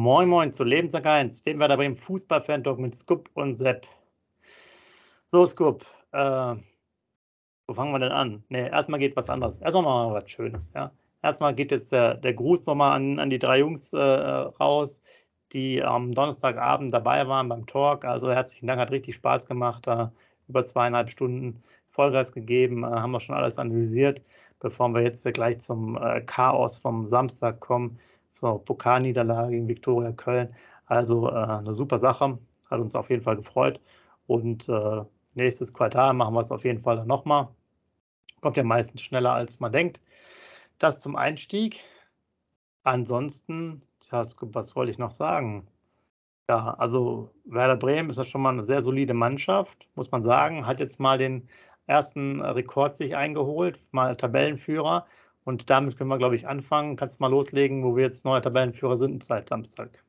Moin Moin zu Lebenslang 1, dem Werder Bremen Fußball-Fan-Talk mit Scoop und Sepp. So, Scoop, wo fangen wir denn an? Ne, erstmal geht was anderes. Erstmal mal was Schönes, ja. Erstmal geht jetzt der Gruß nochmal an die 3 Jungs raus, die am Donnerstagabend dabei waren beim Talk. Also herzlichen Dank, hat richtig Spaß gemacht. Über 2,5 Stunden Vollgas gegeben, haben wir schon alles analysiert, bevor wir jetzt gleich zum Chaos vom Samstag kommen. So, Pokalniederlage gegen Viktoria Köln. Also eine super Sache, hat uns auf jeden Fall gefreut. Und nächstes Quartal machen wir es auf jeden Fall dann nochmal. Kommt ja meistens schneller, als man denkt. Das zum Einstieg. Ansonsten, ja, was wollte ich noch sagen? Ja, also Werder Bremen ist ja schon mal eine sehr solide Mannschaft, muss man sagen. Hat jetzt mal den ersten Rekord sich eingeholt, mal Tabellenführer. Und damit können wir, glaube ich, anfangen. Kannst du mal loslegen, wo wir jetzt neuer Tabellenführer sind seit Samstag.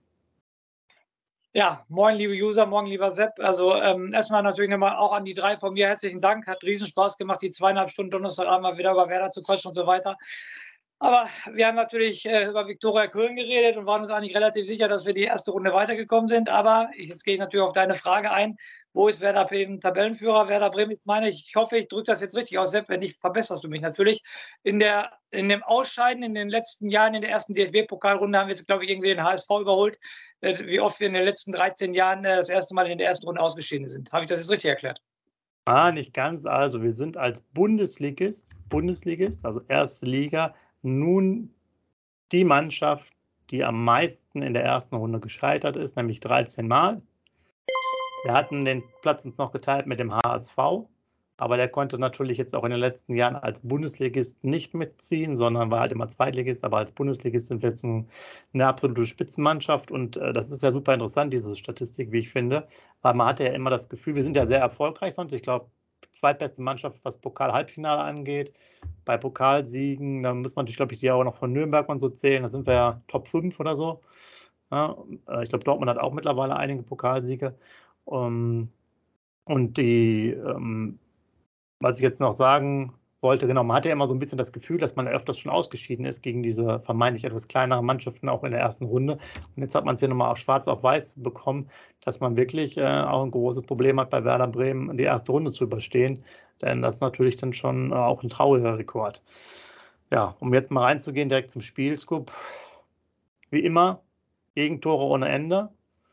Ja, moin, liebe User, morgen, lieber Sepp. Also erstmal natürlich nochmal auch an die 3 von mir herzlichen Dank. Hat riesen Spaß gemacht, die 2,5 Stunden Donnerstagabend mal wieder über Werder zu quatschen und so weiter. Aber wir haben natürlich über Viktoria Köln geredet und waren uns eigentlich relativ sicher, dass wir die erste Runde weitergekommen sind. Aber jetzt gehe ich natürlich auf deine Frage ein. Wo ist Werder Bremen Tabellenführer? Werder Bremen, ich hoffe, ich drücke das jetzt richtig aus, Sepp. Wenn nicht, verbesserst du mich natürlich. In dem Ausscheiden in den letzten Jahren, in der ersten DFB-Pokalrunde, haben wir jetzt, glaube ich, irgendwie den HSV überholt. Wie oft wir in den letzten 13 Jahren das erste Mal in der ersten Runde ausgeschieden sind. Habe ich das jetzt richtig erklärt? Nicht ganz. Also wir sind als Bundesligist, also erste Liga, nun die Mannschaft, die am meisten in der ersten Runde gescheitert ist, nämlich 13 Mal. Wir hatten den Platz uns noch geteilt mit dem HSV, aber der konnte natürlich jetzt auch in den letzten Jahren als Bundesligist nicht mitziehen, sondern war halt immer Zweitligist. Aber als Bundesligist sind wir jetzt eine absolute Spitzenmannschaft und das ist ja super interessant, diese Statistik, wie ich finde, weil man hatte ja immer das Gefühl, wir sind ja sehr erfolgreich sonst. Ich glaube, zweitbeste Mannschaft, was Pokal-Halbfinale angeht. Bei Pokalsiegen, da muss man natürlich, glaube ich, die auch noch von Nürnberg und so zählen. Da sind wir ja Top 5 oder so. Ja, ich glaube, Dortmund hat auch mittlerweile einige Pokalsiege. Und was ich jetzt noch sagen wollte, genau, man hatte ja immer so ein bisschen das Gefühl, dass man öfters schon ausgeschieden ist gegen diese vermeintlich etwas kleineren Mannschaften, auch in der ersten Runde. Und jetzt hat man es ja nochmal auf schwarz auf weiß bekommen, dass man wirklich auch ein großes Problem hat, bei Werder Bremen die erste Runde zu überstehen. Denn das ist natürlich dann schon auch ein trauriger Rekord. Ja, um jetzt mal reinzugehen, direkt zum Spiel, Scoop. Wie immer, Gegentore ohne Ende.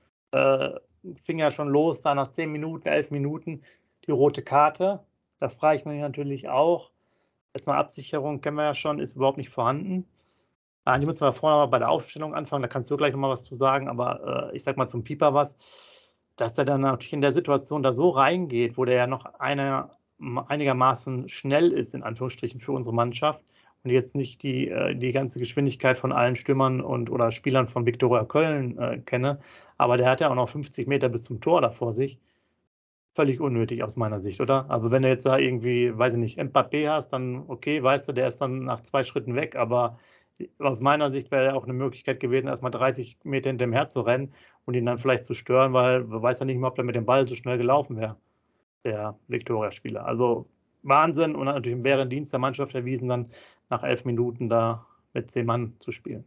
Fing ja schon los, da nach 10 Minuten, 11 Minuten die rote Karte. Da frage ich mich natürlich auch, erstmal Absicherung kennen wir ja schon, ist überhaupt nicht vorhanden. Die müssen wir vorne mal bei der Aufstellung anfangen, da kannst du gleich nochmal was zu sagen, aber ich sag mal zum Pieper was, dass der dann natürlich in der Situation da so reingeht, wo der ja noch einigermaßen schnell ist, in Anführungsstrichen, für unsere Mannschaft und jetzt nicht die ganze Geschwindigkeit von allen Stürmern oder Spielern von Viktoria Köln kenne, aber der hat ja auch noch 50 Meter bis zum Tor da vor sich. Völlig unnötig aus meiner Sicht, oder? Also wenn du jetzt da irgendwie, weiß ich nicht, Mbappé hast, dann okay, weißt du, der ist dann nach 2 Schritten weg, aber aus meiner Sicht wäre ja auch eine Möglichkeit gewesen, erstmal 30 Meter hinter dem her zu rennen und ihn dann vielleicht zu stören, weil man weiß ja nicht mehr, ob der mit dem Ball so schnell gelaufen wäre, der Viktoria-Spieler. Also Wahnsinn und hat natürlich einen Bärendienst der Mannschaft erwiesen, dann nach 11 Minuten da mit 10 Mann zu spielen.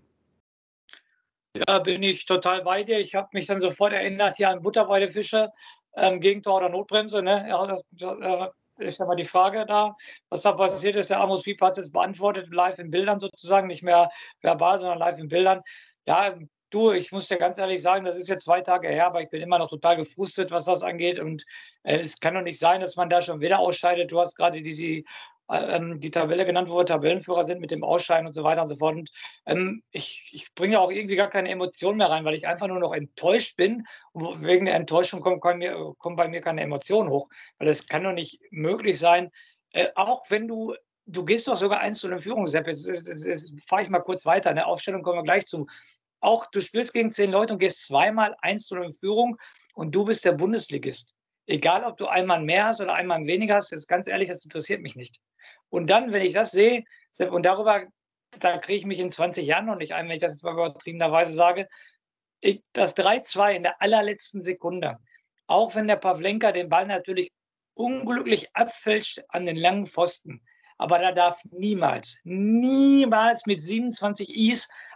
Ja, bin ich total bei dir. Ich habe mich dann sofort erinnert hier an Butterweidefische, Gegentor oder Notbremse. Ne? Ja, das ist ja mal die Frage da, was da passiert ist. Der Amos Pieper hat es jetzt beantwortet, live in Bildern sozusagen, nicht mehr verbal, sondern live in Bildern. Ja, du, ich muss dir ganz ehrlich sagen, das ist jetzt 2 Tage her, aber ich bin immer noch total gefrustet, was das angeht. Und es kann doch nicht sein, dass man da schon wieder ausscheidet. Du hast gerade die Tabelle genannt, wo wir Tabellenführer sind mit dem Ausscheiden und so weiter und so fort. Und ich bringe auch irgendwie gar keine Emotionen mehr rein, weil ich einfach nur noch enttäuscht bin. Und wegen der Enttäuschung kommen bei mir keine Emotionen hoch, weil das kann doch nicht möglich sein. Auch wenn du gehst doch sogar 1:0 in Führung, Sepp. Jetzt fahre ich mal kurz weiter. In der Aufstellung kommen wir gleich zu. Auch du spielst gegen 10 Leute und gehst zweimal 1:0 in Führung und du bist der Bundesligist. Egal, ob du einmal mehr hast oder einmal weniger hast, jetzt ganz ehrlich, das interessiert mich nicht. Und dann, wenn ich das sehe, Sepp, und da kriege ich mich in 20 Jahren noch nicht ein, wenn ich das jetzt mal übertriebenerweise sage, das 3:2 in der allerletzten Sekunde, auch wenn der Pawlenka den Ball natürlich unglücklich abfälscht an den langen Pfosten, aber da darf niemals, niemals mit 27 Is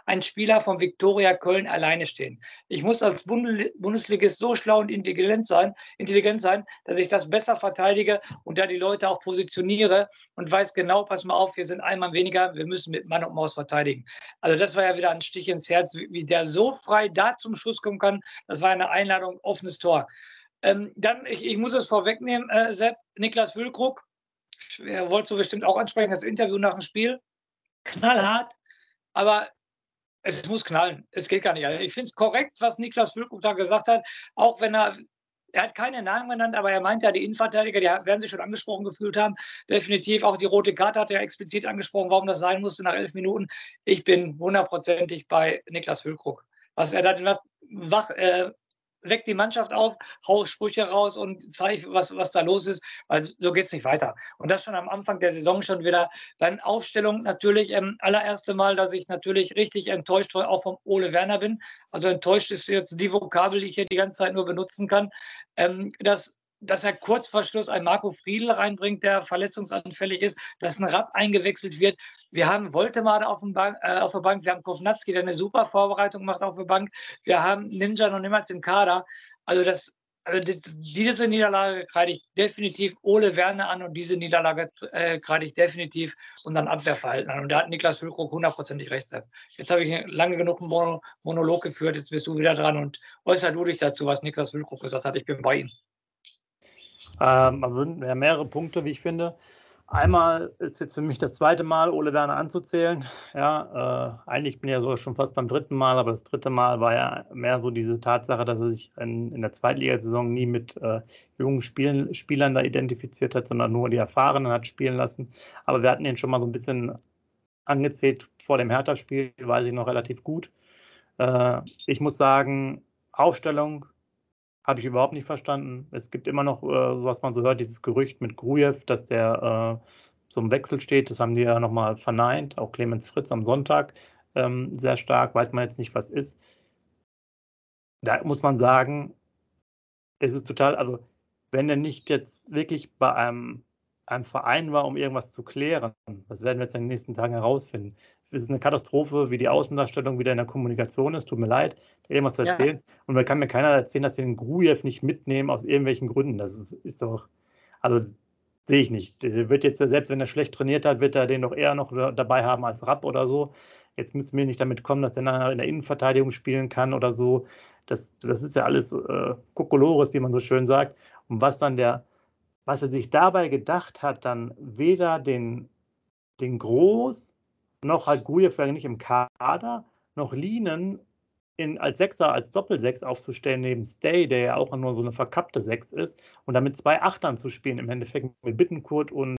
ein Spieler von Viktoria Köln alleine stehen. Ich muss als Bundesligist so schlau und intelligent sein, dass ich das besser verteidige und da die Leute auch positioniere und weiß genau, pass mal auf, wir sind ein Mann weniger, wir müssen mit Mann und Maus verteidigen. Also das war ja wieder ein Stich ins Herz, wie der so frei da zum Schuss kommen kann. Das war eine Einladung, offenes Tor. Dann, ich muss es vorwegnehmen, Sepp, Niklas Füllkrug, wolltest du bestimmt auch ansprechen, das Interview nach dem Spiel, knallhart, aber es muss knallen. Es geht gar nicht. Also ich finde es korrekt, was Niklas Füllkrug da gesagt hat, auch wenn er hat keine Namen genannt, aber er meint ja, die Innenverteidiger, die werden sich schon angesprochen gefühlt haben. Definitiv auch die rote Karte hat er explizit angesprochen, warum das sein musste nach 11 Minuten. Ich bin hundertprozentig bei Niklas Füllkrug. Was er da weckt die Mannschaft auf, hau Sprüche raus und zeig, was da los ist, weil so geht es nicht weiter. Und das schon am Anfang der Saison schon wieder. Dann Aufstellung natürlich, allererste Mal, dass ich natürlich richtig enttäuscht auch vom Ole Werner bin. Also enttäuscht ist jetzt die Vokabel, die ich hier die ganze Zeit nur benutzen kann. Dass er kurz vor Schluss einen Marco Friedl reinbringt, der verletzungsanfällig ist, dass ein Rapp eingewechselt wird. Wir haben Woltemade auf der Bank, wir haben Kovnatski, der eine super Vorbereitung macht auf der Bank. Wir haben Ninja noch niemals im Kader. Also diese Niederlage kreide ich definitiv Ole Werner an und diese Niederlage kreide ich definitiv unseren Abwehrverhalten an. Und da hat Niklas Füllkrug hundertprozentig recht. Jetzt habe ich lange genug einen Monolog geführt, jetzt bist du wieder dran und äußer du dich dazu, was Niklas Füllkrug gesagt hat. Ich bin bei ihm. Also sind ja mehrere Punkte, wie ich finde. Einmal ist jetzt für mich das zweite Mal, Ole Werner anzuzählen. Ja, eigentlich bin ich ja sogar schon fast beim dritten Mal, aber das dritte Mal war ja mehr so diese Tatsache, dass er sich in der Zweitligasaison nie mit jungen Spielern da identifiziert hat, sondern nur die Erfahrenen hat spielen lassen. Aber wir hatten ihn schon mal so ein bisschen angezählt vor dem Hertha-Spiel, weiß ich noch relativ gut. Ich muss sagen, Aufstellung habe ich überhaupt nicht verstanden. Es gibt immer noch, was man so hört, dieses Gerücht mit Grujew, dass der so im Wechsel steht. Das haben die ja nochmal verneint. Auch Clemens Fritz am Sonntag sehr stark. Weiß man jetzt nicht, was ist. Da muss man sagen, es ist total, also wenn er nicht jetzt wirklich bei einem Verein war, um irgendwas zu klären, das werden wir jetzt in den nächsten Tagen herausfinden. Es ist eine Katastrophe, wie die Außendarstellung wieder in der Kommunikation ist. Tut mir leid, irgendwas zu erzählen. Ja. Und da kann mir keiner erzählen, dass sie den Grujew nicht mitnehmen aus irgendwelchen Gründen. Das ist doch, also sehe ich nicht. Der wird jetzt, selbst wenn er schlecht trainiert hat, wird er den doch eher noch dabei haben als Rapp oder so. Jetzt müssen wir nicht damit kommen, dass er nachher in der Innenverteidigung spielen kann oder so. Das ist ja alles Kokolores, wie man so schön sagt. Und was er sich dabei gedacht hat, dann weder den Groß noch halt Grujew nicht im Kader, noch Lienen als Sechser, als Doppelsechs aufzustellen neben Stay, der ja auch nur so eine verkappte Sechs ist, und damit 2 Achtern zu spielen, im Endeffekt mit Bittencourt und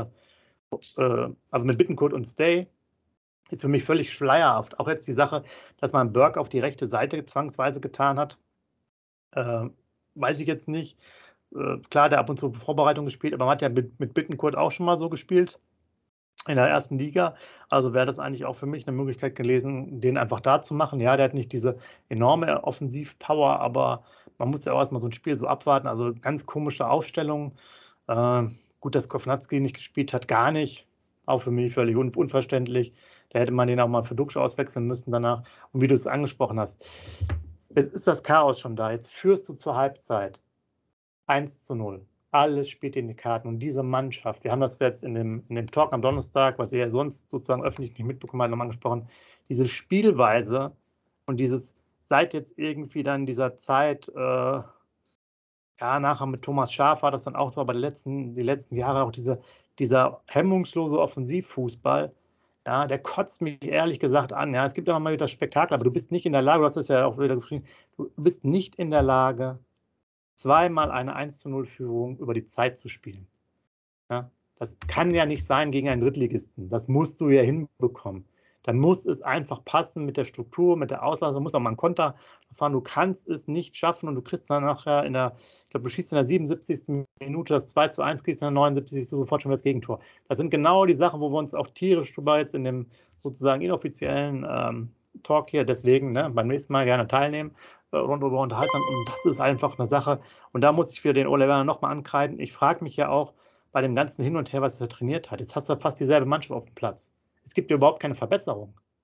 mit Bittencourt und Stay, ist für mich völlig schleierhaft. Auch jetzt die Sache, dass man Burke auf die rechte Seite zwangsweise getan hat, weiß ich jetzt nicht. Klar, der ab und zu Vorbereitung gespielt, aber man hat ja mit Bittencourt auch schon mal so gespielt in der ersten Liga. Also wäre das eigentlich auch für mich eine Möglichkeit gewesen, den einfach da zu machen. Ja, der hat nicht diese enorme Offensivpower, aber man muss ja auch erstmal so ein Spiel so abwarten. Also ganz komische Aufstellung. Gut, dass Kovnatski nicht gespielt hat, gar nicht. Auch für mich völlig unverständlich. Da hätte man den auch mal für Duxch auswechseln müssen danach. Und wie du es angesprochen hast, jetzt ist das Chaos schon da. Jetzt führst du zur Halbzeit 1:0. Alles spielt in die Karten. Und diese Mannschaft, wir haben das jetzt in dem Talk am Donnerstag, was ihr ja sonst sozusagen öffentlich nicht mitbekommen habt, nochmal angesprochen, diese Spielweise und dieses, seit jetzt irgendwie dann dieser Zeit, nachher mit Thomas Schaaf war das dann auch so, aber die letzten Jahre auch dieser hemmungslose Offensivfußball, ja, der kotzt mich ehrlich gesagt an. Ja, es gibt immer mal wieder Spektakel, aber du bist nicht in der Lage, du hast es ja auch wieder geschrieben, du bist nicht in der Lage, zweimal eine 1:0-Führung über die Zeit zu spielen. Ja, das kann ja nicht sein gegen einen Drittligisten. Das musst du ja hinbekommen. Dann muss es einfach passen mit der Struktur, mit der Auslage. Du musst auch mal einen Konter fahren. Du kannst es nicht schaffen und du kriegst dann nachher ich glaube, du schießt in der 77. Minute das 2:1, kriegst in der 79. sofort schon wieder das Gegentor. Das sind genau die Sachen, wo wir uns auch tierisch drüber jetzt in dem sozusagen inoffiziellen Talk hier, deswegen beim nächsten Mal gerne teilnehmen, darüber unterhalten. Und das ist einfach eine Sache. Und da muss ich wieder den Ole Werner nochmal ankreiden. Ich frage mich ja auch bei dem ganzen Hin und Her, was er trainiert hat. Jetzt hast du fast dieselbe Mannschaft auf dem Platz. Es gibt ja überhaupt keine Verbesserung.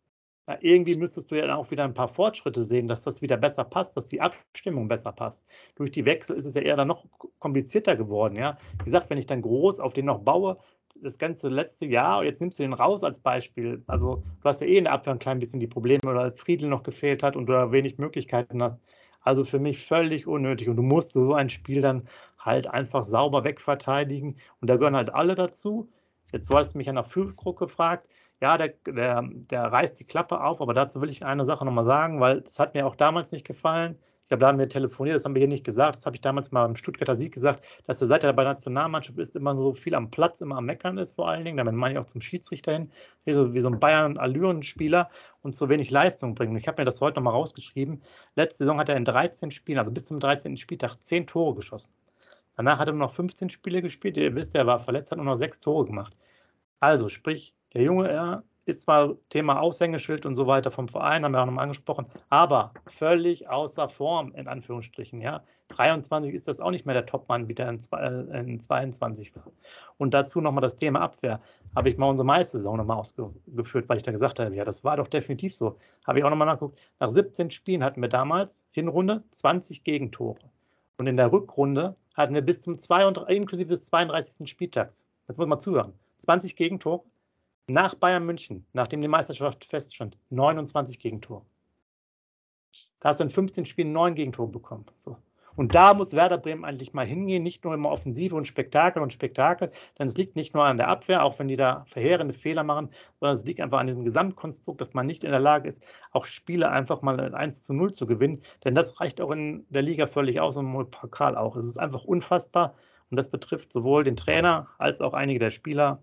Ja, irgendwie müsstest du ja dann auch wieder ein paar Fortschritte sehen, dass das wieder besser passt, dass die Abstimmung besser passt. Durch die Wechsel ist es ja eher dann noch komplizierter geworden. Ja? Wie gesagt, wenn ich dann groß auf den noch baue, das ganze letzte Jahr, jetzt nimmst du den raus als Beispiel. Also du hast ja in der Abwehr ein klein bisschen die Probleme, oder Friedl noch gefehlt hat und du da wenig Möglichkeiten hast. Also für mich völlig unnötig. Und du musst so ein Spiel dann halt einfach sauber wegverteidigen. Und da gehören halt alle dazu. Jetzt, du hast mich ja nach Füllkrug gefragt. Ja, der reißt die Klappe auf, aber dazu will ich eine Sache nochmal sagen, weil das hat mir auch damals nicht gefallen. Ich glaube, da haben wir telefoniert, das haben wir hier nicht gesagt. Das habe ich damals mal im Stuttgarter Sieg gesagt, dass seit er bei der Nationalmannschaft ist, immer so viel am Platz, immer am Meckern ist vor allen Dingen. Damit meine ich auch zum Schiedsrichter hin, wie so ein Bayern-Allüren-Spieler und zu wenig Leistung bringen. Ich habe mir das heute nochmal rausgeschrieben. Letzte Saison hat er in 13 Spielen, also bis zum 13. Spieltag, 10 Tore geschossen. Danach hat er nur noch 15 Spiele gespielt. Ihr wisst, er war verletzt, hat nur noch 6 Tore gemacht. Also sprich, der Junge, er ist zwar Thema Aushängeschild und so weiter vom Verein, haben wir auch nochmal angesprochen, aber völlig außer Form, in Anführungsstrichen. Ja. 23 ist das auch nicht mehr der Topmann, wie der in 22 war. Und dazu nochmal das Thema Abwehr. Habe ich mal unsere Meistersaison nochmal ausgeführt, weil ich da gesagt habe, ja, das war doch definitiv so. Habe ich auch nochmal nachgeguckt. Nach 17 Spielen hatten wir damals, Hinrunde, 20 Gegentore. Und in der Rückrunde hatten wir bis zum inklusive des 32. Spieltags, jetzt muss man zuhören, 20 Gegentore. Nach Bayern München, nachdem die Meisterschaft feststand, 29 Gegentore. Da hast du in 15 Spielen 9 Gegentore bekommen. So. Und da muss Werder Bremen eigentlich mal hingehen, nicht nur immer Offensive und Spektakel, denn es liegt nicht nur an der Abwehr, auch wenn die da verheerende Fehler machen, sondern es liegt einfach an diesem Gesamtkonstrukt, dass man nicht in der Lage ist, auch Spiele einfach mal 1:0 zu gewinnen, denn das reicht auch in der Liga völlig aus und im Pokal auch. Es ist einfach unfassbar und das betrifft sowohl den Trainer als auch einige der Spieler.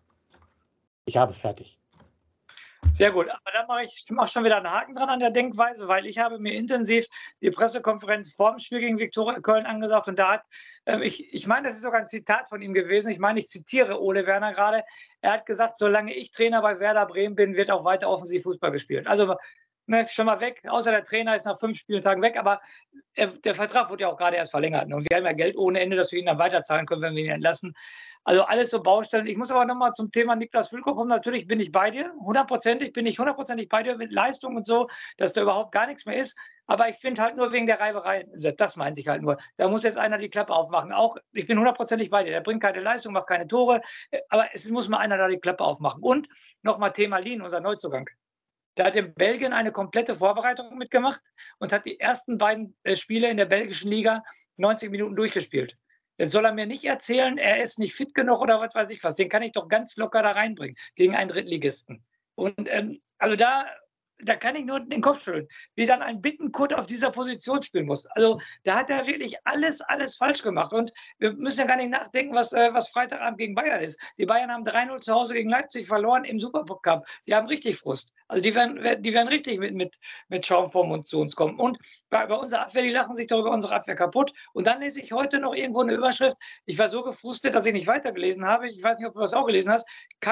Ich habe fertig. Sehr gut, aber dann mache ich schon wieder einen Haken dran an der Denkweise, weil ich habe mir intensiv die Pressekonferenz vor dem Spiel gegen Viktoria Köln angesagt und da hat, ich meine, das ist sogar ein Zitat von ihm gewesen, ich meine, ich zitiere Ole Werner gerade, er hat gesagt, solange ich Trainer bei Werder Bremen bin, wird auch weiter offensiv Fußball gespielt. Also ne, schon mal weg, außer der Trainer ist nach 5 Spieltagen weg, aber der Vertrag wurde ja auch gerade erst verlängert und wir haben ja Geld ohne Ende, dass wir ihn dann weiterzahlen können, wenn wir ihn entlassen. Also alles so Baustellen. Ich muss aber nochmal zum Thema Niklas Füllkrug kommen. Natürlich bin ich bei dir, bin ich hundertprozentig bei dir mit Leistung und so, dass da überhaupt gar nichts mehr ist. Aber ich finde halt nur wegen der Reiberei, das meinte ich halt nur. Da muss jetzt einer die Klappe aufmachen. Auch ich bin hundertprozentig bei dir. Der bringt keine Leistung, macht keine Tore. Aber es muss mal einer da die Klappe aufmachen. Und nochmal Thema Lien, unser Neuzugang. Der hat in Belgien eine komplette Vorbereitung mitgemacht und hat die ersten beiden Spiele in der belgischen Liga 90 Minuten durchgespielt. Jetzt soll er mir nicht erzählen, er ist nicht fit genug oder was weiß ich was. Den kann ich doch ganz locker da reinbringen gegen einen Drittligisten. Und also da kann ich nur den Kopf schütteln, wie dann ein Bittenkurt auf dieser Position spielen muss. Also da hat er wirklich alles falsch gemacht. Und wir müssen ja gar nicht nachdenken, was Freitagabend gegen Bayern ist. Die Bayern haben 3:0 zu Hause gegen Leipzig verloren im Supercup. Die haben richtig Frust. Also die werden richtig mit Schaum vorm Mund zu uns kommen. Und bei unserer Abwehr, die lachen sich doch über unsere Abwehr kaputt. Und dann lese ich heute noch irgendwo eine Überschrift. Ich war so gefrustet, dass ich nicht weitergelesen habe. Ich weiß nicht, ob du das auch gelesen hast.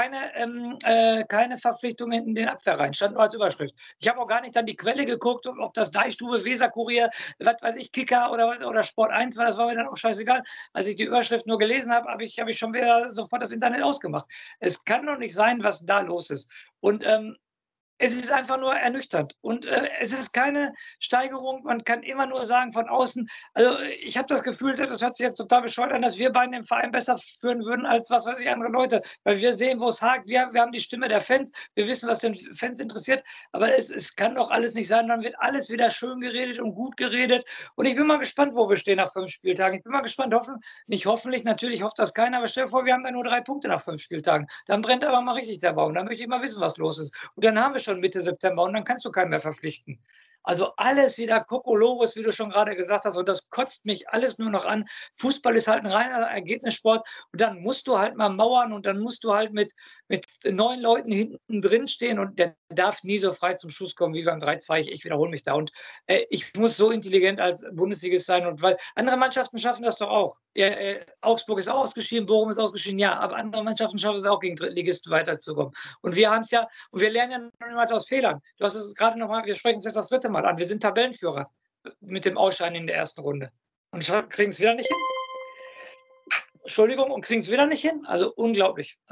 Keine Verpflichtungen in den Abwehrreihen. Stand nur als Überschrift. Ich habe auch gar nicht dann die Quelle geguckt, ob das Deichstube, Weserkurier, was weiß ich, Kicker oder Sport 1 war. Das war mir dann auch scheißegal. Als ich die Überschrift nur gelesen habe, habe ich schon wieder sofort das Internet ausgemacht. Es kann doch nicht sein, was da los ist. Und es ist einfach nur ernüchternd und es ist keine Steigerung. Man kann immer nur sagen von außen, also ich habe das Gefühl, das hört sich jetzt total bescheuert an, dass wir beiden den Verein besser führen würden als was weiß ich, andere Leute, weil wir sehen, wo es hakt, wir haben die Stimme der Fans, wir wissen, was den Fans interessiert, aber es kann doch alles nicht sein, dann wird alles wieder schön geredet und gut geredet und ich bin mal gespannt, wo wir stehen nach 5 Spieltagen. Ich bin mal gespannt, hoffentlich, natürlich hofft das keiner, aber stell dir vor, wir haben dann nur 3 Punkte nach 5 Spieltagen. Dann brennt aber mal richtig der Baum, dann möchte ich mal wissen, was los ist. Und dann haben wir schon Mitte September und dann kannst du keinen mehr verpflichten. Also alles wieder Kokolores, wie du schon gerade gesagt hast, und das kotzt mich alles nur noch an. Fußball ist halt ein reiner Ergebnissport und dann musst du halt mal mauern und dann musst du halt mit 9 Leuten hinten drin stehen und der darf nie so frei zum Schuss kommen wie beim 3:2. Ich wiederhole mich da und ich muss so intelligent als Bundesligist sein und weil andere Mannschaften schaffen das doch auch. Augsburg ist auch ausgeschieden, Bochum ist ausgeschieden, ja, aber andere Mannschaften schaffen es auch gegen Drittligisten weiterzukommen. Und wir haben es ja, und wir lernen ja noch niemals aus Fehlern. Du hast es gerade nochmal, wir sprechen es jetzt das 3. Mal an. Wir sind Tabellenführer mit dem Ausscheiden in der ersten Runde. Und kriegen es wieder nicht hin. Entschuldigung, und kriegen es wieder nicht hin. Also unglaublich. Also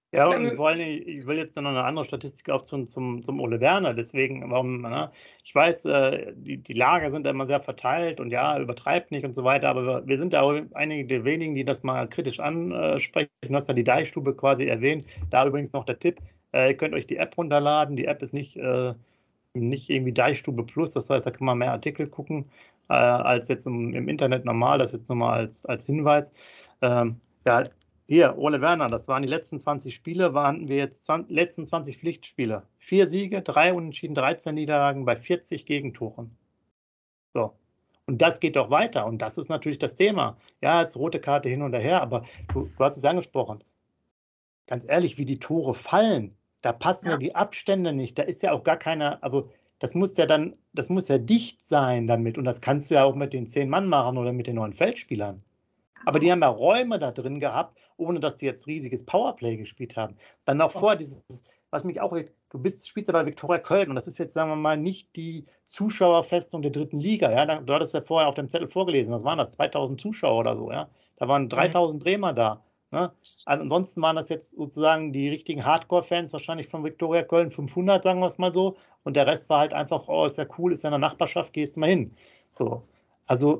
Ja, und vor allem, ich will jetzt noch eine andere Statistik auch zum Ole Werner. Deswegen, ich weiß, die Lager sind da immer sehr verteilt und ja, übertreibt nicht und so weiter, aber wir sind da auch einige der wenigen, die das mal kritisch ansprechen. Du hast ja die Deichstube quasi erwähnt. Da übrigens noch der Tipp: Ihr könnt euch die App runterladen. Die App ist nicht irgendwie Deichstube Plus, das heißt, da kann man mehr Artikel gucken als jetzt im Internet normal. Das jetzt nochmal als Hinweis. Ja, hier, Ole Werner, das waren die letzten 20 Spiele, waren wir jetzt letzten 20 Pflichtspiele. 4 Siege, 3 Unentschieden, 13 Niederlagen bei 40 Gegentoren. So. Und das geht doch weiter. Und das ist natürlich das Thema. Ja, jetzt rote Karte hin und her, aber du hast es angesprochen. Ganz ehrlich, wie die Tore fallen, da passen ja die Abstände nicht. Da ist ja auch gar keiner, also das muss ja dicht sein damit. Und das kannst du ja auch mit den 10 Mann machen oder mit den 9 Feldspielern. Aber die haben ja Räume da drin gehabt, ohne dass die jetzt riesiges Powerplay gespielt haben. Dann noch vor dieses, was mich auch, spielst ja bei Viktoria Köln und das ist jetzt, sagen wir mal, nicht die Zuschauerfestung der 3. Liga. Ja? Du hattest ja vorher auf dem Zettel vorgelesen, was waren das, 2000 Zuschauer oder so. Ja? Da waren 3000 Bremer da. Ne? Ansonsten waren das jetzt sozusagen die richtigen Hardcore-Fans, wahrscheinlich von Viktoria Köln, 500, sagen wir es mal so. Und der Rest war halt einfach, oh, ist ja cool, ist ja in der Nachbarschaft, gehst du mal hin. So, also...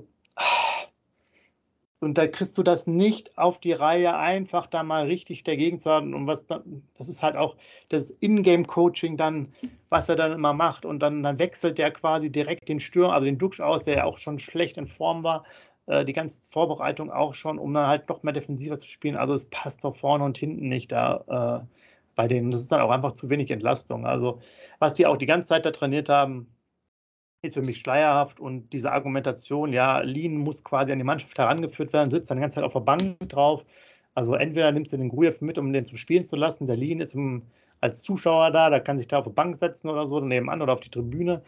Und da kriegst du das nicht auf die Reihe, einfach da mal richtig dagegen zu haben. Und das ist halt auch das Ingame-Coaching dann, was er dann immer macht. Und dann wechselt der quasi direkt den Stürmer, also den Duxch aus, der ja auch schon schlecht in Form war, die ganze Vorbereitung auch schon, um dann halt noch mehr defensiver zu spielen. Also es passt doch vorne und hinten nicht da bei denen. Das ist dann auch einfach zu wenig Entlastung. Also was die auch die ganze Zeit da trainiert haben, ist für mich schleierhaft und diese Argumentation, ja, Lien muss quasi an die Mannschaft herangeführt werden, sitzt dann die ganze Zeit auf der Bank drauf. Also entweder nimmst du den Grujew mit, um den zum Spielen zu lassen, der Lien ist als Zuschauer da kann sich da auf die Bank setzen oder so, nebenan oder auf die Tribüne.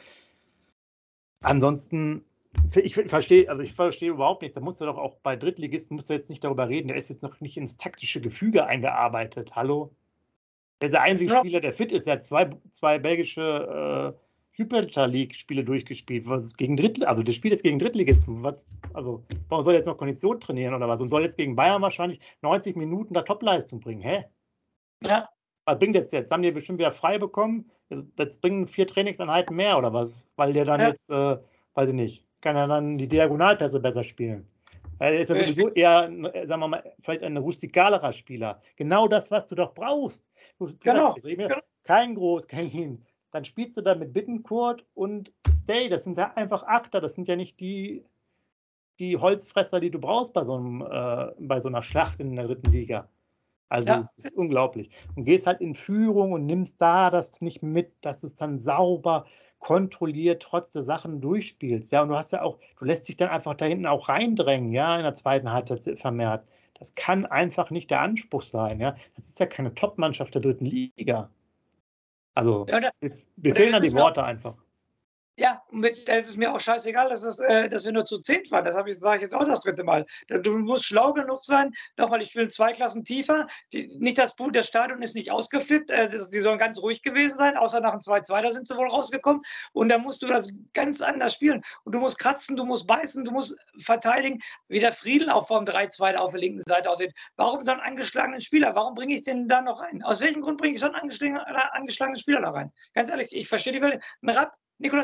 Ansonsten, ich verstehe überhaupt nichts, da musst du doch auch bei Drittligisten, musst du jetzt nicht darüber reden, der ist jetzt noch nicht ins taktische Gefüge eingearbeitet, hallo? Der ist der einzige Spieler, der fit ist, der hat zwei belgische Jupiler League-Spiele durchgespielt. Also das Spiel ist gegen Drittligisten. Warum soll er jetzt noch Kondition trainieren oder was? Und soll jetzt gegen Bayern wahrscheinlich 90 Minuten da Topleistung bringen. Hä? Ja. Was bringt jetzt? Haben die bestimmt wieder frei bekommen? Jetzt bringen 4 Trainingseinheiten mehr oder was? Weil der dann jetzt, weiß ich nicht, kann er dann die Diagonalpässe besser spielen. Er ist ja sowieso eher, sagen wir mal, vielleicht ein rustikalerer Spieler. Genau das, was du doch brauchst. Genau. Kein Groß, kein Hin. Dann spielst du da mit Bittencourt und Stay. Das sind ja einfach Akter. Das sind ja nicht die Holzfresser, die du brauchst bei so einer Schlacht in der 3. Liga. Also es ist unglaublich. Und gehst halt in Führung und nimmst da das nicht mit, dass es dann sauber kontrolliert trotz der Sachen durchspielst. Ja, und du lässt dich dann einfach da hinten auch reindrängen, ja, in der zweiten Halbzeit vermehrt. Das kann einfach nicht der Anspruch sein, ja. Das ist ja keine Top-Mannschaft der 3. Liga. Also, mir fehlen da die Worte einfach. Ja, da ist es mir auch scheißegal, dass wir nur zu 10 waren. Das sage ich jetzt auch das 3. Mal. Du musst schlau genug sein. Nochmal, ich will 2 Klassen tiefer. Das Stadion ist nicht ausgeflippt. Die sollen ganz ruhig gewesen sein, außer nach dem 2-2, da sind sie wohl rausgekommen. Und da musst du das ganz anders spielen. Und du musst kratzen, du musst beißen, du musst verteidigen. Wie der Friedl auch vom 3-2 auf der linken Seite aussieht. Warum so einen angeschlagenen Spieler? Warum bringe ich den da noch rein? Aus welchem Grund bringe ich so einen angeschlagenen Spieler noch rein? Ganz ehrlich, ich verstehe die Welt. Ein Rapp, Nikola,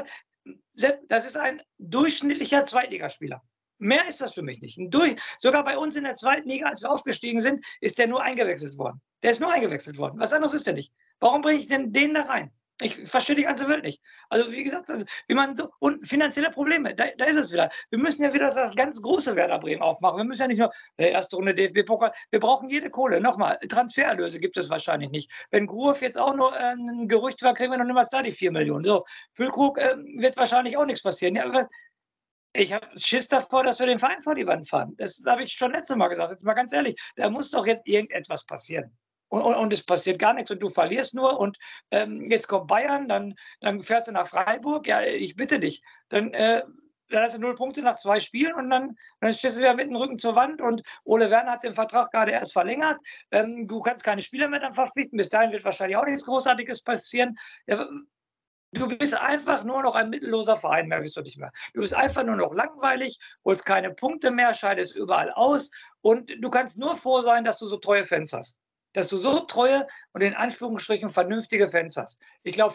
das ist ein durchschnittlicher Zweitligaspieler. Mehr ist das für mich nicht. Sogar bei uns in der 2. Liga, als wir aufgestiegen sind, ist der nur eingewechselt worden. Der ist nur eingewechselt worden. Was anderes ist der nicht. Warum bringe ich denn den da rein? Ich verstehe die ganze Welt nicht. Also wie gesagt, und finanzielle Probleme, da ist es wieder. Wir müssen ja wieder das ganz große Werder Bremen aufmachen. Wir müssen ja nicht nur erste Runde DFB-Pokal. Wir brauchen jede Kohle. Nochmal, Transfererlöse gibt es wahrscheinlich nicht. Wenn Grujew jetzt auch nur ein Gerücht war, kriegen wir noch niemals da die 4 Millionen. So, Füllkrug wird wahrscheinlich auch nichts passieren. Ja, aber ich habe Schiss davor, dass wir den Verein vor die Wand fahren. Das habe ich schon letztes Mal gesagt. Jetzt mal ganz ehrlich, da muss doch jetzt irgendetwas passieren. Und es passiert gar nichts und du verlierst nur und jetzt kommt Bayern, dann fährst du nach Freiburg, ja, ich bitte dich, dann hast du 0 Punkte nach 2 Spielen und dann stehst du wieder mit dem Rücken zur Wand und Ole Werner hat den Vertrag gerade erst verlängert, du kannst keine Spieler mehr dann verpflichten, bis dahin wird wahrscheinlich auch nichts Großartiges passieren. Ja, du bist einfach nur noch ein mittelloser Verein, mehr bist du nicht mehr. Du bist einfach nur noch langweilig, holst keine Punkte mehr, scheidest überall aus und du kannst nur froh sein, dass du so treue Fans hast. dass du so treue und in Anführungsstrichen vernünftige Fans hast. Ich glaube,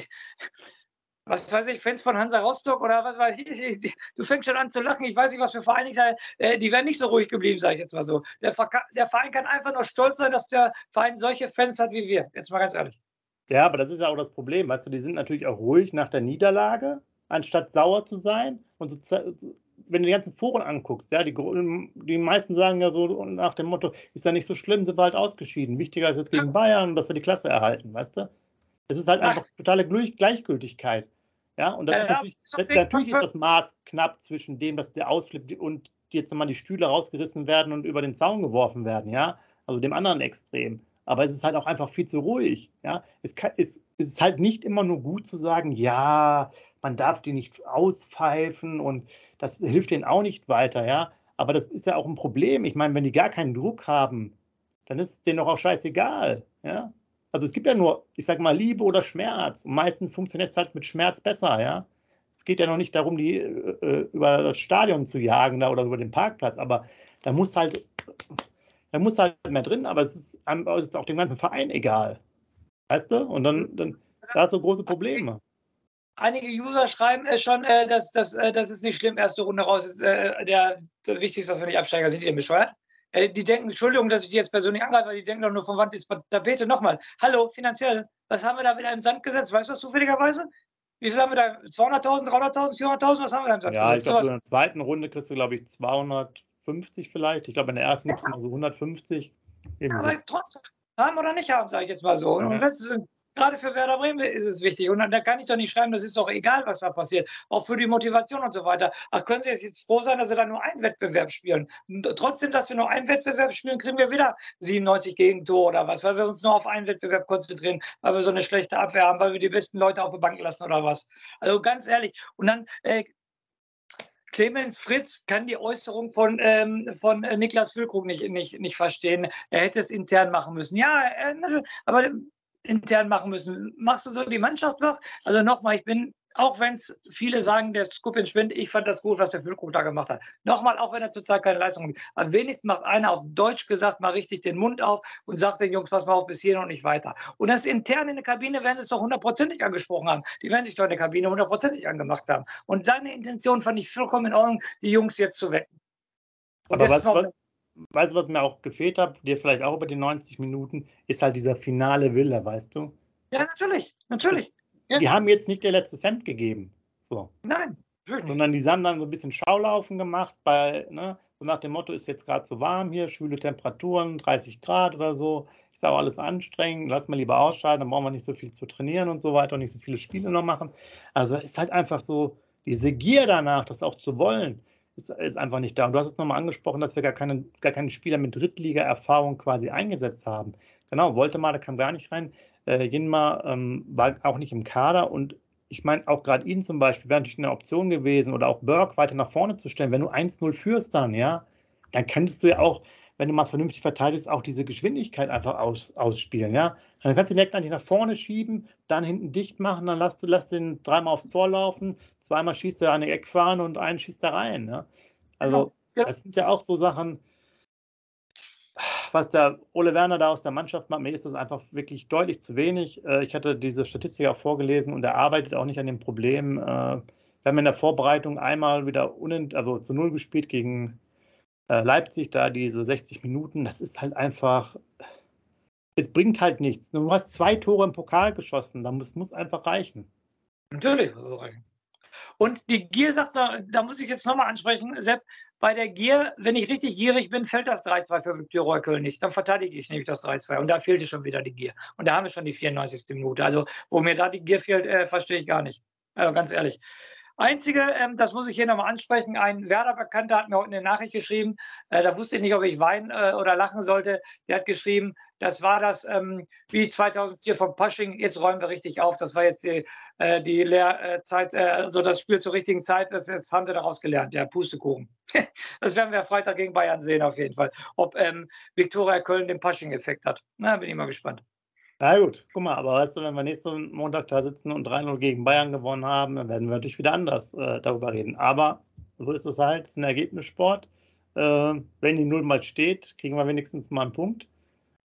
was weiß ich, Fans von Hansa Rostock oder was weiß ich, du fängst schon an zu lachen. Ich weiß nicht, was für Vereine sein, die wären nicht so ruhig geblieben, sage ich jetzt mal so. Der Verein kann einfach nur stolz sein, dass der Verein solche Fans hat wie wir. Jetzt mal ganz ehrlich. Ja, aber das ist ja auch das Problem, weißt du, die sind natürlich auch ruhig nach der Niederlage, anstatt sauer zu sein. Und wenn du die ganzen Foren anguckst, ja, die meisten sagen ja so nach dem Motto, ist ja nicht so schlimm, sind wir halt ausgeschieden. Wichtiger ist jetzt gegen Bayern, dass wir die Klasse erhalten, weißt du? Es ist halt einfach totale Gleichgültigkeit. Ja, und das ist natürlich ist das Maß knapp zwischen dem, dass der ausflippt und jetzt nochmal die Stühle rausgerissen werden und über den Zaun geworfen werden, ja, also dem anderen Extrem. Aber es ist halt auch einfach viel zu ruhig. Ja? Es ist halt nicht immer nur gut zu sagen, ja, man darf die nicht auspfeifen und das hilft denen auch nicht weiter. Ja? Aber das ist ja auch ein Problem. Ich meine, wenn die gar keinen Druck haben, dann ist es denen doch auch scheißegal. Ja? Also es gibt ja nur, ich sag mal, Liebe oder Schmerz. Und meistens funktioniert es halt mit Schmerz besser. Ja? Es geht ja noch nicht darum, die über das Stadion zu jagen da, oder über den Parkplatz. Aber da muss halt mehr drin, aber es ist auch dem ganzen Verein egal. Weißt du? Und dann da hast du große Probleme. Einige User schreiben schon, das ist nicht schlimm, erste Runde raus ist der Wichtigste, dass wir nicht absteigen. Sind die denn bescheuert? Die denken, Entschuldigung, dass ich die jetzt persönlich angreife, aber die denken doch nur von Wand bis Tapete. Nochmal, hallo, finanziell, was haben wir da wieder im Sand gesetzt? Weißt du das zufälligerweise? Wie viel haben wir da? 200.000, 300.000, 400.000? Was haben wir da im Sand gesetzt? Ja, ich glaube, in der zweiten Runde kriegst du, glaube ich, 250 vielleicht. Ich glaube, in der ersten gibt es mal so 150. Aber trotzdem, haben oder nicht haben, sage ich jetzt mal so. Und gerade für Werder Bremen ist es wichtig. Und da kann ich doch nicht schreiben, das ist doch egal, was da passiert. Auch für die Motivation und so weiter. Ach, können Sie jetzt froh sein, dass Sie da nur einen Wettbewerb spielen? Und trotzdem, dass wir nur einen Wettbewerb spielen, kriegen wir wieder 97 Gegentore oder was, weil wir uns nur auf einen Wettbewerb konzentrieren, weil wir so eine schlechte Abwehr haben, weil wir die besten Leute auf der Bank lassen oder was. Also ganz ehrlich. Und dann Clemens Fritz kann die Äußerung von Niklas Füllkrug nicht verstehen. Er hätte es intern machen müssen. Ja, aber intern machen müssen. Machst du so die Mannschaft wach? Also nochmal, auch wenn es viele sagen, der Skupin spinnt, ich fand das gut, was der Füllkrug da gemacht hat. Nochmal, auch wenn er zurzeit keine Leistung hat. Aber wenigstens macht einer auf Deutsch gesagt mal richtig den Mund auf und sagt den Jungs, pass mal auf, bis hierhin und nicht weiter. Und das intern in der Kabine werden sie es doch hundertprozentig angesprochen haben. Die werden sich doch in der Kabine hundertprozentig angemacht haben. Und seine Intention fand ich vollkommen in Ordnung, die Jungs jetzt zu wecken. Aber weißt du, was mir auch gefehlt hat, dir vielleicht auch über die 90 Minuten, ist halt dieser finale Wille, weißt du? Ja, natürlich. Die haben jetzt nicht ihr letztes Hemd gegeben. So. Nein, natürlich nicht. Sondern die haben dann so ein bisschen Schaulaufen gemacht, so nach dem Motto, ist jetzt gerade zu warm hier, schwüle Temperaturen, 30 Grad oder so. Ist auch alles anstrengend, lass mal lieber ausschalten, dann brauchen wir nicht so viel zu trainieren und so weiter und nicht so viele Spiele noch machen. Also ist halt einfach so, diese Gier danach, das auch zu wollen, ist einfach nicht da. Und du hast es nochmal angesprochen, dass wir gar keine Spieler mit Drittliga-Erfahrung quasi eingesetzt haben. Genau, Woltemade kam gar nicht rein. Jinma war auch nicht im Kader und ich meine, auch gerade ihn zum Beispiel wäre natürlich eine Option gewesen oder auch Burke weiter nach vorne zu stellen. Wenn du 1-0 führst dann, ja, dann könntest du ja auch, wenn du mal vernünftig verteidigst, auch diese Geschwindigkeit einfach ausspielen, ja. Dann kannst du direkt eigentlich nach vorne schieben, dann hinten dicht machen, dann lass den dreimal aufs Tor laufen, zweimal schießt er an die Eckfahne und einen schießt er rein, ja. Also, das sind ja auch so Sachen, was der Ole Werner da aus der Mannschaft macht, mir ist das einfach wirklich deutlich zu wenig. Ich hatte diese Statistik auch vorgelesen und er arbeitet auch nicht an dem Problem. Wir haben in der Vorbereitung einmal wieder zu 0 gespielt gegen Leipzig, da diese 60 Minuten. Das ist halt einfach, es bringt halt nichts. Du hast 2 Tore im Pokal geschossen, das muss einfach reichen. Natürlich muss es reichen. Und die Gier sagt, da muss ich jetzt nochmal ansprechen, Sepp, bei der Gier, wenn ich richtig gierig bin, fällt das 3-2 für Viktoria Köln nicht. Dann verteidige ich nämlich das 3-2. Und da fehlte schon wieder die Gier. Und da haben wir schon die 94. Minute. Also, wo mir da die Gier fehlt, verstehe ich gar nicht. Also, ganz ehrlich. Einzige, das muss ich hier nochmal ansprechen, ein Werder-Bekannter hat mir heute eine Nachricht geschrieben, da wusste ich nicht, ob ich weinen oder lachen sollte. Der hat geschrieben, das war das wie 2004 von Pasching, jetzt räumen wir richtig auf. Das war jetzt die Lehrzeit, also das Spiel zur richtigen Zeit, jetzt haben sie daraus gelernt, der Pustekuchen. Das werden wir Freitag gegen Bayern sehen auf jeden Fall, ob Viktoria Köln den Pasching-Effekt hat. Na, bin ich mal gespannt. Na gut, guck mal, aber weißt du, wenn wir nächsten Montag da sitzen und 3-0 gegen Bayern gewonnen haben, dann werden wir natürlich wieder anders darüber reden. Aber so ist es halt, es ist ein Ergebnissport. Wenn die 0 mal steht, kriegen wir wenigstens mal einen Punkt.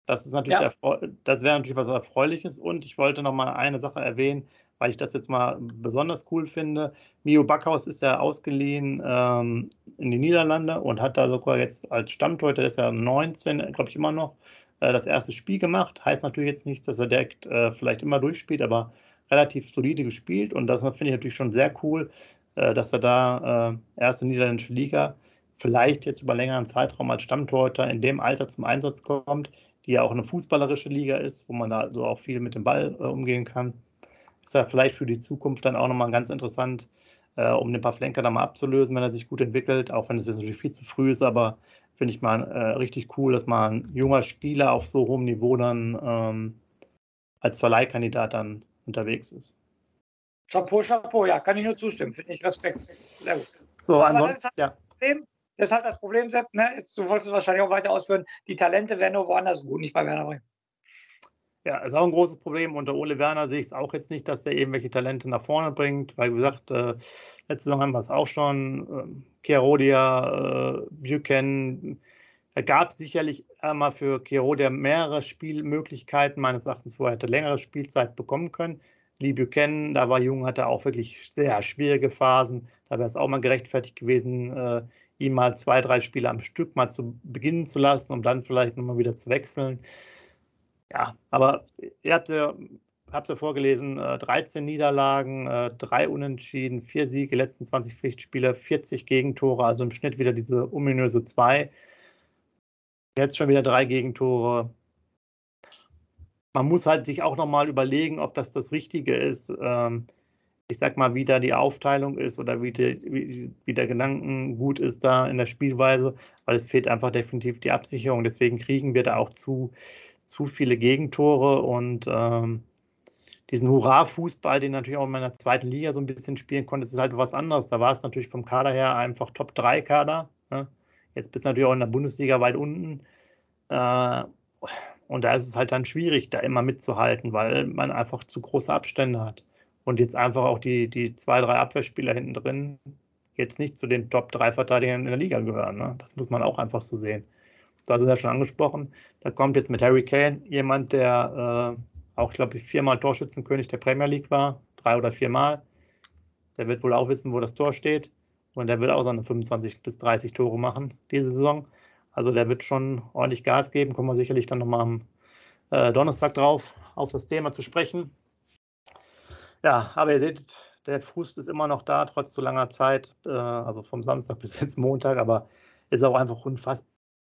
Das ist natürlich das wäre natürlich was Erfreuliches. Und ich wollte noch mal eine Sache erwähnen, weil ich das jetzt mal besonders cool finde. Mio Backhaus ist ja ausgeliehen in die Niederlande und hat da sogar jetzt als Stammtorhüter, der ist ja 19, glaube ich immer noch, das erste Spiel gemacht. Heißt natürlich jetzt nicht, dass er direkt vielleicht immer durchspielt, aber relativ solide gespielt. Und das finde ich natürlich schon sehr cool, dass er da erste niederländische Liga vielleicht jetzt über längeren Zeitraum als Stammtorhüter in dem Alter zum Einsatz kommt, die ja auch eine fußballerische Liga ist, wo man da so auch viel mit dem Ball umgehen kann. Ist ja vielleicht für die Zukunft dann auch nochmal ganz interessant, um den Pavlenka da mal abzulösen, wenn er sich gut entwickelt, auch wenn es jetzt natürlich viel zu früh ist, aber finde ich mal richtig cool, dass mal ein junger Spieler auf so hohem Niveau dann als Verleihkandidat dann unterwegs ist. Chapeau, ja, kann ich nur zustimmen, finde ich Respekt. Sehr gut. So, Aber ansonsten, ja. Das ist halt das Problem, Sepp, ne? Du wolltest es wahrscheinlich auch weiter ausführen, die Talente werden nur woanders gut, nicht bei Werder Bremen. Ja, ist auch ein großes Problem. Unter Ole Werner sehe ich es auch jetzt nicht, dass der irgendwelche Talente nach vorne bringt, weil, wie gesagt, letzte Saison haben wir es auch schon. Chiarodia, Buchanan, da gab es sicherlich einmal für Chiarodia mehrere Spielmöglichkeiten, meines Erachtens, wo er hätte längere Spielzeit bekommen können. Lee Buchanan, da war jung, hatte auch wirklich sehr schwierige Phasen. Da wäre es auch mal gerechtfertigt gewesen, ihn mal 2, 3 Spiele am Stück mal zu beginnen zu lassen, um dann vielleicht nochmal wieder zu wechseln. Ja, aber ihr habt ja vorgelesen, 13 Niederlagen, 3 Unentschieden, 4 Siege, letzten 20 Pflichtspiele, 40 Gegentore, also im Schnitt wieder diese ominöse 2. Jetzt schon wieder 3 Gegentore. Man muss halt sich auch nochmal überlegen, ob das Richtige ist. Ich sag mal, wie da die Aufteilung ist oder wie der Gedankengut ist da in der Spielweise, weil es fehlt einfach definitiv die Absicherung. Deswegen kriegen wir da auch zu viele Gegentore und diesen Hurra-Fußball, den natürlich auch in meiner zweiten Liga so ein bisschen spielen konnte, ist halt was anderes. Da war es natürlich vom Kader her einfach Top-3-Kader. Ne? Jetzt bist du natürlich auch in der Bundesliga weit unten. Und da ist es halt dann schwierig, da immer mitzuhalten, weil man einfach zu große Abstände hat. Und jetzt einfach auch die 2, 3 Abwehrspieler hinten drin jetzt nicht zu den Top-3-Verteidigern in der Liga gehören. Ne? Das muss man auch einfach so sehen. Du hast es ja schon angesprochen, da kommt jetzt mit Harry Kane jemand, der auch, glaube ich, 4-mal Torschützenkönig der Premier League war, 3 oder 4 Mal. Der wird wohl auch wissen, wo das Tor steht. Und der wird auch seine 25 bis 30 Tore machen diese Saison. Also der wird schon ordentlich Gas geben. Kommen wir sicherlich dann nochmal am Donnerstag drauf, auf das Thema zu sprechen. Ja, aber ihr seht, der Frust ist immer noch da, trotz zu langer Zeit. Also vom Samstag bis jetzt Montag, aber ist auch einfach unfassbar,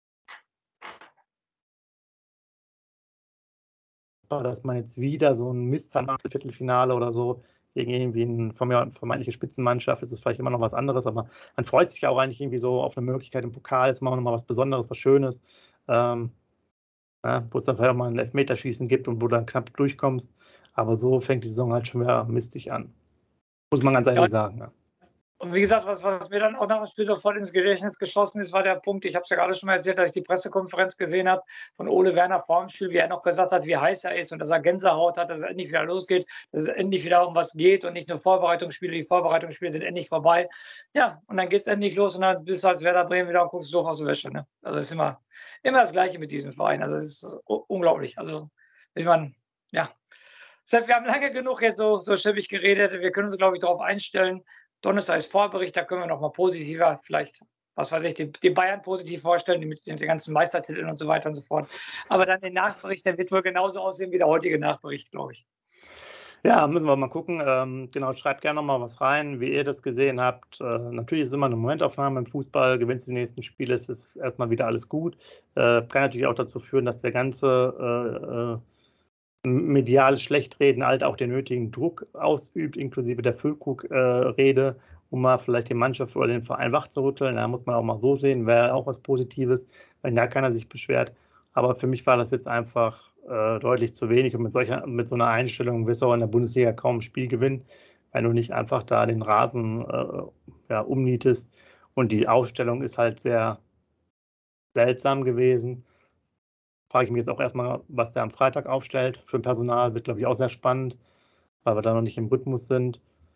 dass man jetzt wieder so ein Mist hat, Viertelfinale oder so, gegen irgendwie eine vermeintliche Spitzenmannschaft, ist es vielleicht immer noch was anderes, aber man freut sich ja auch eigentlich irgendwie so auf eine Möglichkeit im Pokal, jetzt machen wir nochmal was Besonderes, was Schönes, wo es dann vielleicht auch mal ein Elfmeterschießen gibt und wo du dann knapp durchkommst, aber so fängt die Saison halt schon wieder mistig an. Muss man ganz ehrlich sagen. Ja. Und wie gesagt, was mir dann auch nach dem Spiel sofort ins Gedächtnis geschossen ist, war der Punkt, ich habe es ja gerade schon mal erzählt, dass ich die Pressekonferenz gesehen habe von Ole Werner vor dem Spiel, wie er noch gesagt hat, wie heiß er ist und dass er Gänsehaut hat, dass es endlich wieder losgeht, dass es endlich wieder um was geht und nicht nur Vorbereitungsspiele. Die Vorbereitungsspiele sind endlich vorbei. Ja, und dann geht es endlich los und dann bist du als Werder Bremen wieder und guckst doof aus der Wäsche. Ne? Also es ist immer das Gleiche mit diesem Verein. Also es ist unglaublich. Also ich meine, ja. Sepp, wir haben lange genug jetzt so schimpfig geredet. Wir können uns, glaube ich, darauf einstellen. Donnerstag ist Vorbericht, da können wir noch mal positiver, vielleicht, was weiß ich, die Bayern positiv vorstellen, mit den ganzen Meistertiteln und so weiter und so fort. Aber dann den Nachbericht, der wird wohl genauso aussehen wie der heutige Nachbericht, glaube ich. Ja, müssen wir mal gucken. Genau, schreibt gerne noch mal was rein, wie ihr das gesehen habt. Natürlich ist es immer eine Momentaufnahme im Fußball. Gewinnst du die nächsten Spiele, ist erstmal wieder alles gut. Kann natürlich auch dazu führen, dass der ganze mediales Schlechtreden halt auch den nötigen Druck ausübt, inklusive der Füllkrug-Rede, um mal vielleicht die Mannschaft oder den Verein wachzurütteln. Da muss man auch mal so sehen, wäre auch was Positives, wenn gar keiner sich beschwert. Aber für mich war das jetzt einfach deutlich zu wenig und mit so einer Einstellung wirst du auch in der Bundesliga kaum ein Spiel gewinnen, weil du nicht einfach da den Rasen umnietest. Und die Aufstellung ist halt sehr seltsam gewesen. Frage ich mich jetzt auch erstmal, was der am Freitag aufstellt. Für ein Personal wird, glaube ich, auch sehr spannend, weil wir da noch nicht im Rhythmus sind.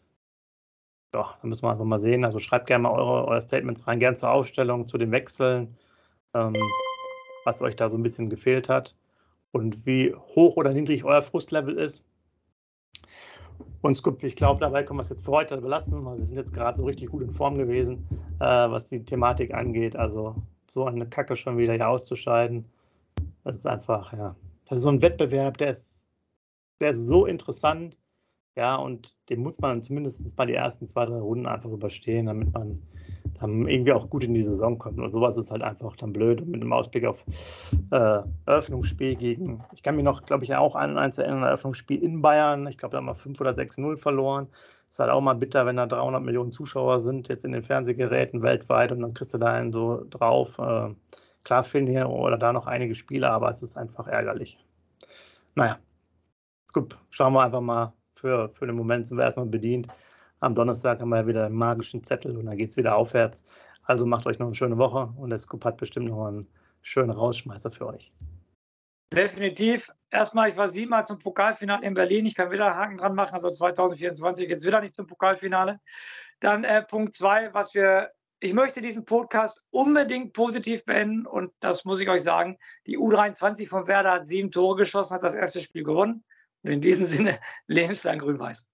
Ja, da müssen wir einfach mal sehen. Also schreibt gerne mal eure Statements rein, gerne zur Aufstellung, zu den Wechseln, was euch da so ein bisschen gefehlt hat. und wie hoch oder niedrig euer Frustlevel ist. Und Scoop, ich glaube, dabei können wir es jetzt für heute belassen, weil wir sind jetzt gerade so richtig gut in Form gewesen, was die Thematik angeht. Also so eine Kacke schon wieder hier auszuscheiden, das ist einfach, ja, das ist so ein Wettbewerb, der ist so interessant, ja, und den muss man zumindest mal die ersten 2, 3 Runden einfach überstehen, damit man dann irgendwie auch gut in die Saison kommt. Und sowas ist halt einfach dann blöd. Und mit einem Ausblick auf Eröffnungsspiel gegen, ich kann mich noch, glaube ich, auch an eins erinnern, Eröffnungsspiel in Bayern. Ich glaube, da haben wir 5 oder 6-0 verloren. Ist halt auch mal bitter, wenn da 300 Millionen Zuschauer sind, jetzt in den Fernsehgeräten weltweit, und dann kriegst du da einen so drauf. Klar fehlen hier oder da noch einige Spieler, aber es ist einfach ärgerlich. Naja, gut, schauen wir einfach mal. Für den Moment sind wir erstmal bedient. Am Donnerstag haben wir ja wieder einen magischen Zettel und dann geht es wieder aufwärts. Also macht euch noch eine schöne Woche und der Scoop hat bestimmt noch einen schönen Rausschmeißer für euch. Definitiv. Erstmal, ich war 7-mal zum Pokalfinale in Berlin. Ich kann wieder einen Haken dran machen. Also 2024 geht es wieder nicht zum Pokalfinale. Dann Punkt 2, ich möchte diesen Podcast unbedingt positiv beenden und das muss ich euch sagen. Die U23 von Werder hat 7 Tore geschossen, hat das erste Spiel gewonnen. Und in diesem Sinne, lebenslang grün-weiß.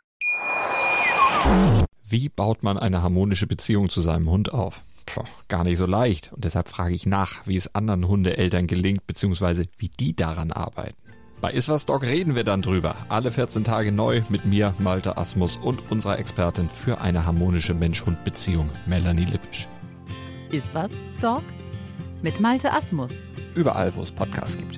Wie baut man eine harmonische Beziehung zu seinem Hund auf? Gar nicht so leicht. Und deshalb frage ich nach, wie es anderen Hundeeltern gelingt, beziehungsweise wie die daran arbeiten. Bei Iswas Dog reden wir dann drüber. Alle 14 Tage neu mit mir, Malte Asmus, und unserer Expertin für eine harmonische Mensch-Hund-Beziehung, Melanie Lippisch. Iswas Dog mit Malte Asmus. Überall, wo es Podcasts gibt.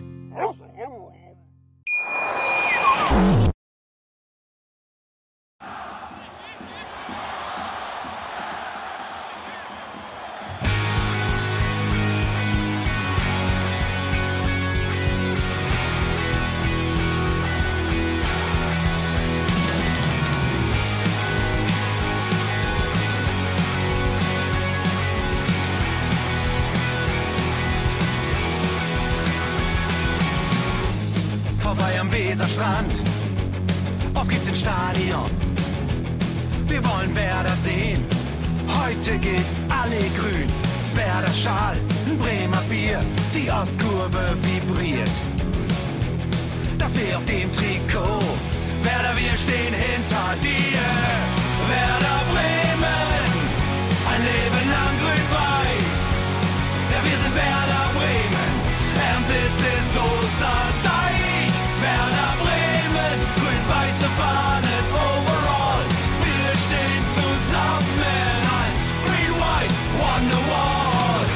Vorbei am Weserstrand, auf geht's ins Stadion. Wir wollen Werder sehen, heute geht alle grün. Werder Schal, ein Bremer Bier, die Ostkurve vibriert. Das weh auf dem Trikot, Werder, wir stehen hinter dir. Werder Bremen, ein Leben lang grün-weiß. Ja, wir sind Werder Bremen, and this is Osterdeich. Werder Bremen, grün-weiße Fahnen overall. Wir stehen zusammen als Green-White Wonderwall.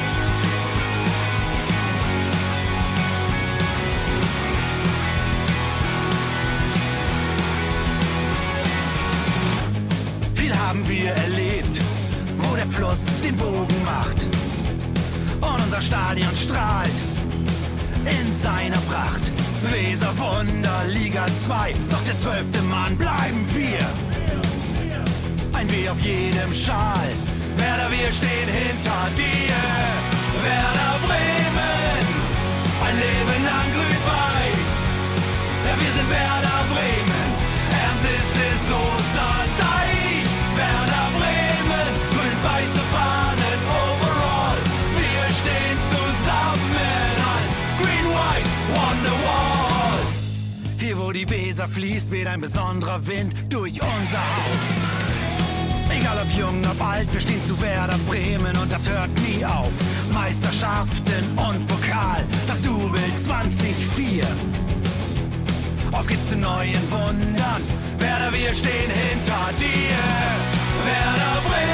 Viel haben wir erlebt, wo der Fluss den Bogen macht. Und unser Stadion strahlt in seiner Pracht. Weser Wunder, Liga 2, doch der 12. Mann bleiben wir. Ein W auf jedem Schal, Werder, wir stehen hinter dir. Werder Bremen, ein Leben lang grün-weiß. Ja, wir sind Werder Bremen, and this is Osterdeich. Werder Bremen, grün-weiße Fahnen overall. Wir stehen zusammen als Green-White Wonderwall. Hier wo die Weser fließt, weht ein besonderer Wind durch unser Haus. Egal ob jung, ob alt, wir stehen zu Werder Bremen und das hört nie auf. Meisterschaften und Pokal, das Double 2004. Auf geht's zu neuen Wundern, Werder, wir stehen hinter dir. Werder Bremen.